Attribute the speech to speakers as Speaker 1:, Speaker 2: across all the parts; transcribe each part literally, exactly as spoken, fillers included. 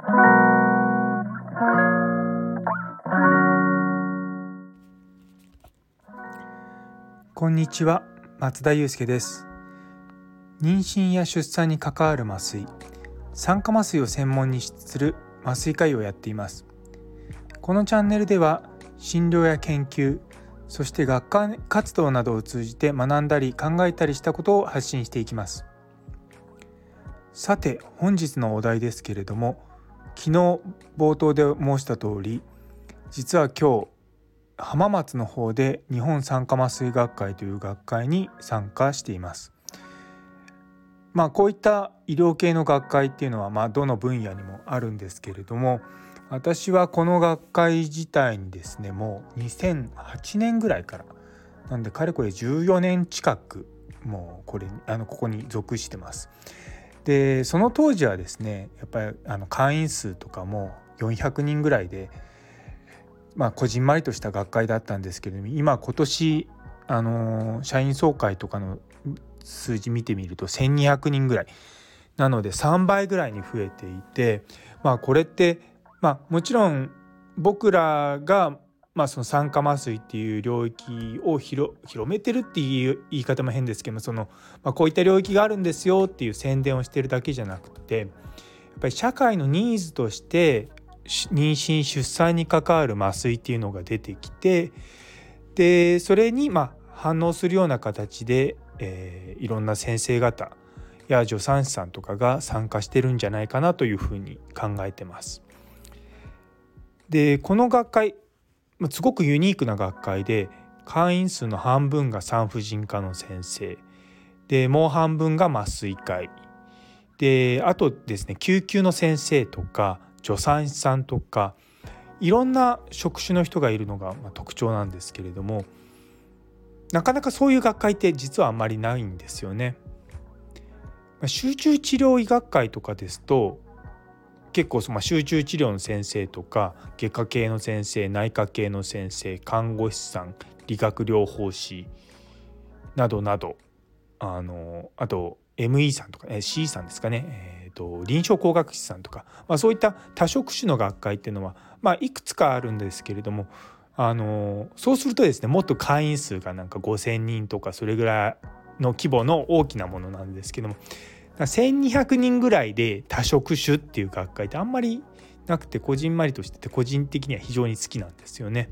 Speaker 1: こんにちは、松田祐介です。妊娠や出産に関わる麻酔、酸化麻酔を専門にする麻酔科医をやっています。このチャンネルでは診療や研究、そして学科活動などを通じて学んだり考えたりしたことを発信していきます。さて、本日のお題ですけれども、昨日冒頭で申した通り、実は今日浜松の方で日本酸化麻酔学会という学会に参加しています。まあこういった医療系の学会っていうのはまあどの分野にもあるんですけれども、私はこの学会自体にですね、もうにせんはちねんぐらいからなんでかれこれじゅうよねん近くもうこれあのここに属してます。でその当時はですね、やっぱりあの会員数とかもよんひゃくにんぐらいで、まあこじんまりとした学会だったんですけれども、今今年あの社員総会とかの数字見てみるとせんにひゃくにんぐらいなのでさんばいぐらいに増えていて、まあこれってまあもちろん僕らがまあその酸化麻酔っていう領域を 広, 広めてるっていう言い方も変ですけども、その、まあ、こういった領域があるんですよっていう宣伝をしてるだけじゃなくて、やっぱり社会のニーズとして妊娠出産に関わる麻酔っていうのが出てきて、でそれにまあ反応するような形で、えー、いろんな先生方や助産師さんとかが参加してるんじゃないかなというふうに考えてます。でこの学会すごくユニークな学会で、会員数の半分が産婦人科の先生で、もう半分が麻酔科医で、あとですね救急の先生とか助産師さんとかいろんな職種の人がいるのが特徴なんですけれども、なかなかそういう学会って実はあんまりないんですよね。集中治療医学会とかですと結構その集中治療の先生とか外科系の先生、内科系の先生、看護師さん、理学療法士などなど、あのあと エムイー さんとか C さんですかね、えー、と臨床工学士さんとか、まあ、そういった多職種の学会っていうのは、まあ、いくつかあるんですけれども、あのそうするとですね、もっと会員数がなんかごせんにんとかそれぐらいの規模の大きなものなんですけども、せんにひゃくにんぐらいで多職種っていう学会ってあんまりなくて、こじんまりとしてて個人的には非常に好きなんですよね。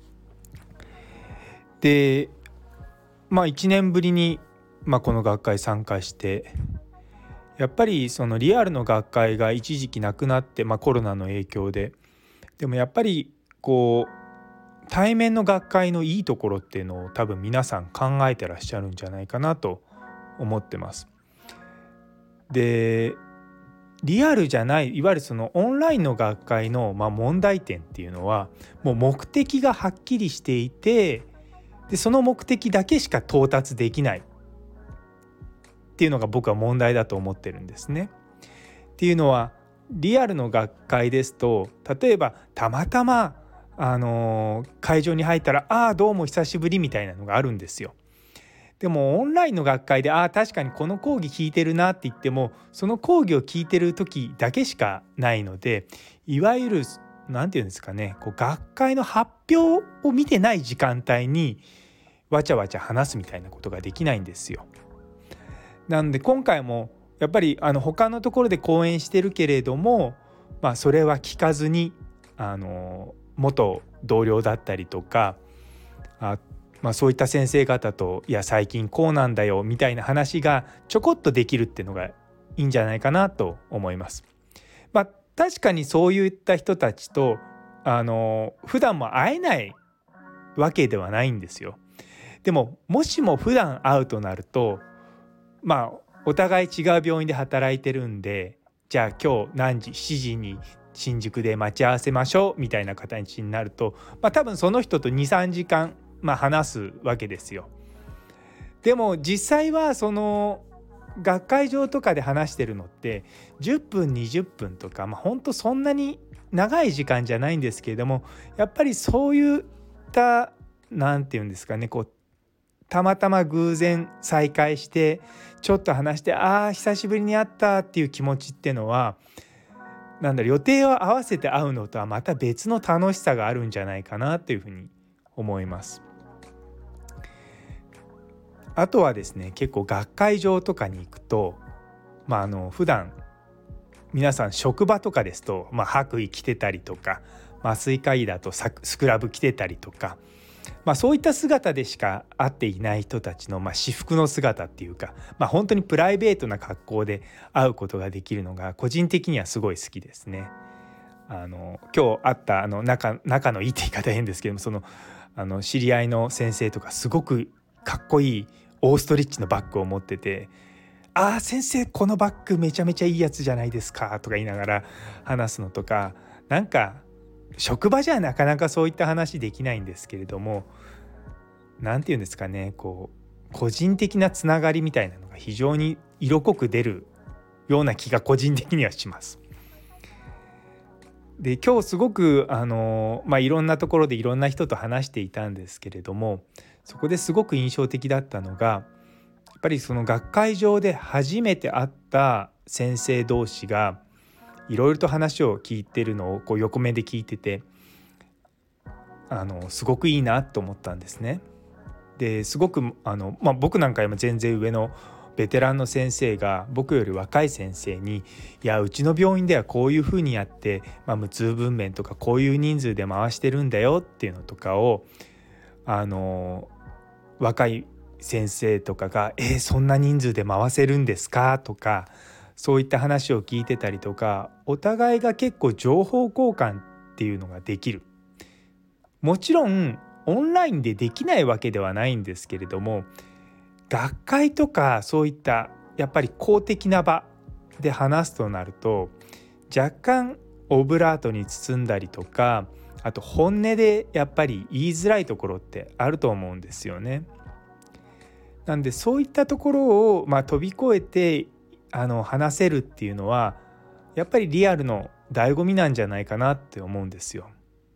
Speaker 1: でまあいちねんぶりに、まあ、この学会参加して、やっぱりそのリアルの学会が一時期なくなって、まあ、コロナの影響で、でもやっぱりこう対面の学会のいいところっていうのを多分皆さん考えてらっしゃるんじゃないかなと思ってます。でリアルじゃない、いわゆるそのオンラインの学会のまあ問題点っていうのは、もう目的がはっきりしていて、でその目的だけしか到達できないっていうのが僕は問題だと思ってるんですね。っていうのは、リアルの学会ですと、例えばたまたまあの会場に入ったら、ああどうも久しぶりみたいなのがあるんですよ。でもオンラインの学会で、ああ確かにこの講義聞いてるなって言っても、その講義を聞いてる時だけしかないので、いわゆるなんていうんですかね、こう学会の発表を見てない時間帯にわちゃわちゃ話すみたいなことができないんですよ。なので今回もやっぱりあの他のところで講演してるけれども、まあ、それは聞かずに、あの元同僚だったりとか、あまあ、そういった先生方と、いや最近こうなんだよみたいな話がちょこっとできるっていうのがいいんじゃないかなと思います。まあ、確かにそういった人たちとあの普段も会えないわけではないんですよ。でももしも普段会うとなると、まあお互い違う病院で働いてるんで、じゃあ今日何時しちじに新宿で待ち合わせましょうみたいな形になると、まあ多分その人と にさんじかんまあ、話すわけですよ。でも実際はその学会場とかで話してるのってじゅっぷんにじゅっぷんとか、まあ、本当そんなに長い時間じゃないんですけれども、やっぱりそういったなんていうんですかね、こうたまたま偶然再会してちょっと話して、ああ久しぶりに会ったっていう気持ちっていうのは、 なんだろう予定を合わせて会うのとはまた別の楽しさがあるんじゃないかなというふうに思います。あとはですね、結構学会場とかに行くと、まあ、あの普段皆さん職場とかですと、まあ、白衣着てたりとか麻酔科医だとスクラブ着てたりとか、まあ、そういった姿でしか会っていない人たちの、まあ、私服の姿っていうか、まあ、本当にプライベートな格好で会うことができるのが個人的にはすごい好きですね。あの今日会ったあの仲、仲のいいって言い方変ですけども、その、あの知り合いの先生とかすごくかっこいいオーストリッチのバッグを持ってて、あー先生このバッグめちゃめちゃいいやつじゃないですかとか言いながら話すのとか、なんか職場じゃなかなかそういった話できないんですけれども、なんて言うんですかね、こう個人的なつながりみたいなのが非常に色濃く出るような気が個人的にはします。で今日すごくあの、まあ、いろんなところでいろんな人と話していたんですけれども、そこですごく印象的だったのが、やっぱりその学会場で初めて会った先生同士がいろいろと話を聞いてるのをこう横目で聞いてて、あのすごくいいなと思ったんですね。ですごくあの、まあ、僕なんかよりも全然上のベテランの先生が僕より若い先生に、いやうちの病院ではこういうふうにやって、まあ、無痛分娩とかこういう人数で回してるんだよっていうのとかを、あの若い先生とかがえー、そんな人数で回せるんですかとか、そういった話を聞いてたりとか、お互いが結構情報交換っていうのができる。もちろんオンラインでできないわけではないんですけれども、学会とかそういったやっぱり公的な場で話すとなると、若干オブラートに包んだりとか、あと本音でやっぱり言いづらいところってあると思うんですよね。なんでそういったところを、まあ、飛び越えてあの話せるっていうのはやっぱりリアルの醍醐味なんじゃないかなって思うんですよ。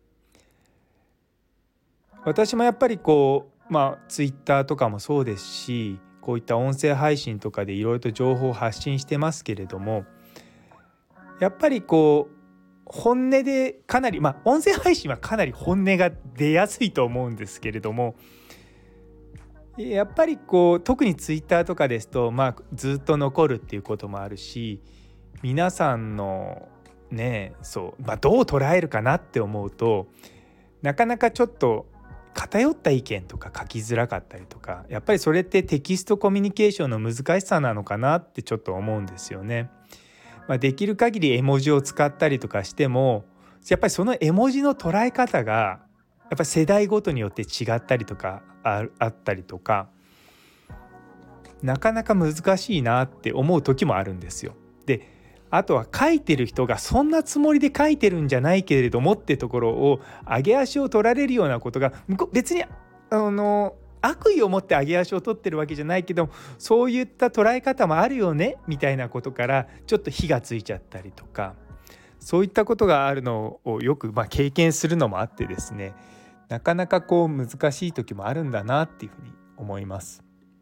Speaker 1: 私もやっぱりこう、まあ、ツイッターとかもそうですし、こういった音声配信とかでいろいろと情報を発信してますけれども、やっぱりこう本音でかなり、まあ音声配信はかなり本音が出やすいと思うんですけれども、やっぱりこう特にツイッターとかですと、まあ、ずっと残るっていうこともあるし、皆さんのねそう、まあ、どう捉えるかなって思うと、なかなかちょっと偏った意見とか書きづらかったりとか、やっぱりそれってテキストコミュニケーションの難しさなのかなってちょっと思うんですよね。まあ、できる限り絵文字を使ったりとかしても、やっぱりその絵文字の捉え方がやっぱり世代ごとによって違ったりとか あ, あったりとか、なかなか難しいなって思う時もあるんですよ。であとは書いてる人がそんなつもりで書いてるんじゃないけれどもってところを上げ足を取られるようなことが、別にあの悪意を持って上げ足を取ってるわけじゃないけど、そういった捉え方もあるよねみたいなことからちょっと火がついちゃったりとか、そういったことがあるのをよくまあ経験するのもあってですね、なかなかこう難しい時もあるんだなっていうふうに思います。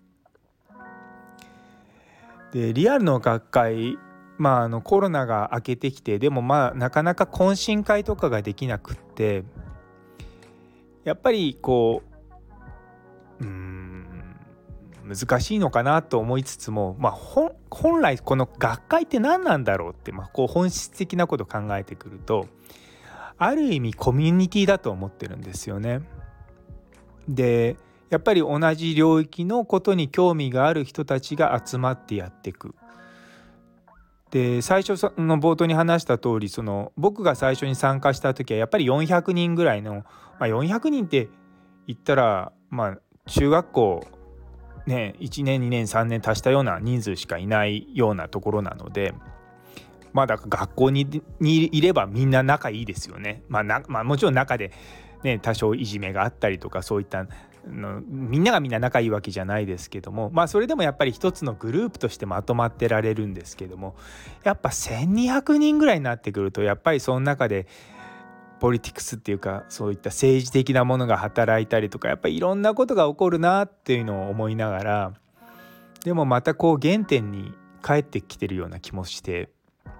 Speaker 1: でリアルの学会、まあ、あのコロナが明けてきて、でもまあなかなか懇親会とかができなくって、やっぱりこううーん難しいのかなと思いつつも、まあ、本, 本来この学会って何なんだろうって、まあ、こう本質的なことを考えてくると、ある意味コミュニティだと思ってるんですよね。でやっぱり同じ領域のことに興味がある人たちが集まってやっていく。で最初の冒頭に話した通り、その僕が最初に参加した時はやっぱりよんひゃくにんぐらいの、まあ、よんひゃくにんって言ったら、まあ中学校ねいちねんにねんさんねん足したような人数しかいないようなところなので、まあだから学校 に, にいればみんな仲いいですよね。まあ、なまあもちろん中でね多少いじめがあったりとか、そういったのみんながみんな仲いいわけじゃないですけども、まあそれでもやっぱり一つのグループとしてまとまってられるんですけども、やっぱせんにひゃくにんぐらいになってくると、やっぱりその中でポリティクスっていうか、そういった政治的なものが働いたりとか、やっぱりいろんなことが起こるなっていうのを思いながら、でもまたこう原点に帰ってきてるような気もして、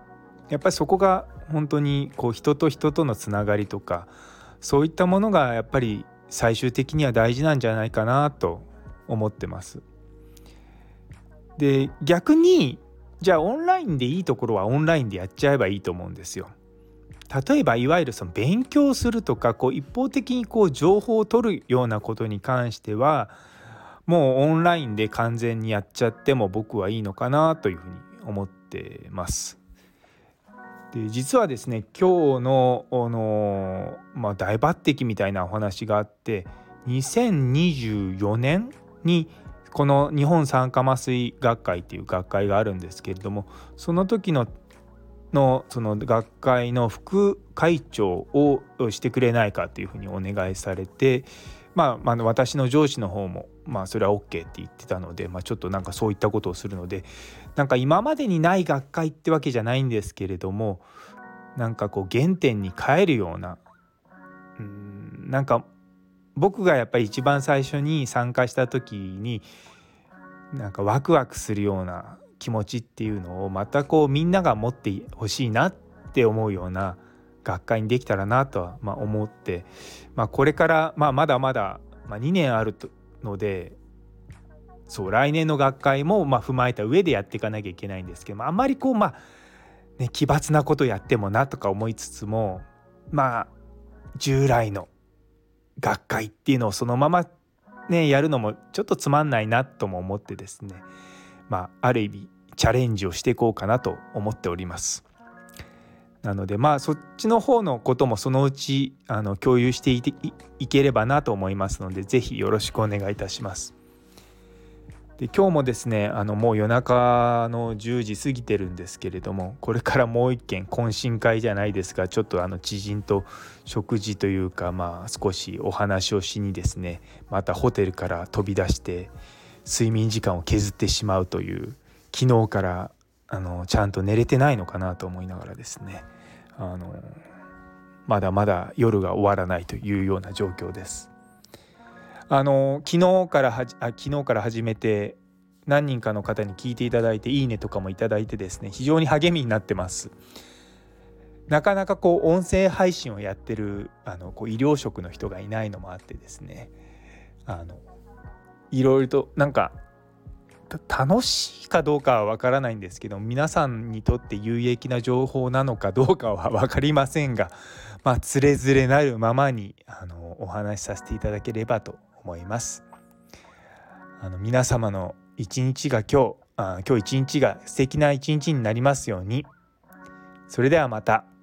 Speaker 1: やっぱりそこが本当にこう人と人とのつながりとか、そういったものがやっぱり最終的には大事なんじゃないかなと思ってます。で逆にじゃあオンラインでいいところはオンラインでやっちゃえばいいと思うんですよ。例えばいわゆるその勉強するとかこう一方的にこう情報を取るようなことに関してはもうオンラインで完全にやっちゃっても僕はいいのかなというふうに思ってます。で実はですね今日の、あのまあ、大抜擢みたいなお話があって、にせんにじゅうよねんにこの日本酸化麻酔学会っていう学会があるんですけれども、その時ののその学会の副会長をしてくれないかというふうにお願いされて、まあ、まあ私の上司の方もまあそれは OK って言ってたので、まあ、ちょっとなんかそういったことをするので、なんか今までにない学会ってわけじゃないんですけれども、なんかこう原点に帰るような、うーんなんか僕がやっぱり一番最初に参加した時になんかワクワクするような気持ちっていうのをまたこうみんなが持ってほしいなって思うような学会にできたらなとはまあ思って、まあ、これからまあまだまだまあにねんあるので、そう来年の学会もまあ踏まえた上でやっていかなきゃいけないんですけど、あんまりこうまあね奇抜なことやってもなとか思いつつも、まあ従来の学会っていうのをそのままねやるのもちょっとつまんないなとも思ってですね、まあある意味チャレンジをしていこうかなと思っております。なのでまあそっちの方のこともそのうちあの共有していて い, いければなと思いますので、ぜひよろしくお願いいたします。で今日もですねあのもう夜中のじゅうじ過ぎてるんですけれども、これからもう一件懇親会じゃないですが、ちょっとあの知人と食事というか、まあ少しお話をしにですね、またホテルから飛び出して睡眠時間を削ってしまうという、昨日からあのちゃんと寝れてないのかなと思いながらですね、あのまだまだ夜が終わらないというような状況です。あの昨日からはじあ昨日から始めて何人かの方に聞いていただいていいねとかもいただいてですね、非常に励みになってます。なかなかこう音声配信をやってるあのこう医療職の人がいないのもあってですね、あのいろいろとなんか楽しいかどうかは分からないんですけど、皆さんにとって有益な情報なのかどうかは分かりませんが、まあつれづれなるままにあのお話しさせていただければと思います。あの皆様の一日が今日あ今日一日が素敵な一日になりますように。それではまた。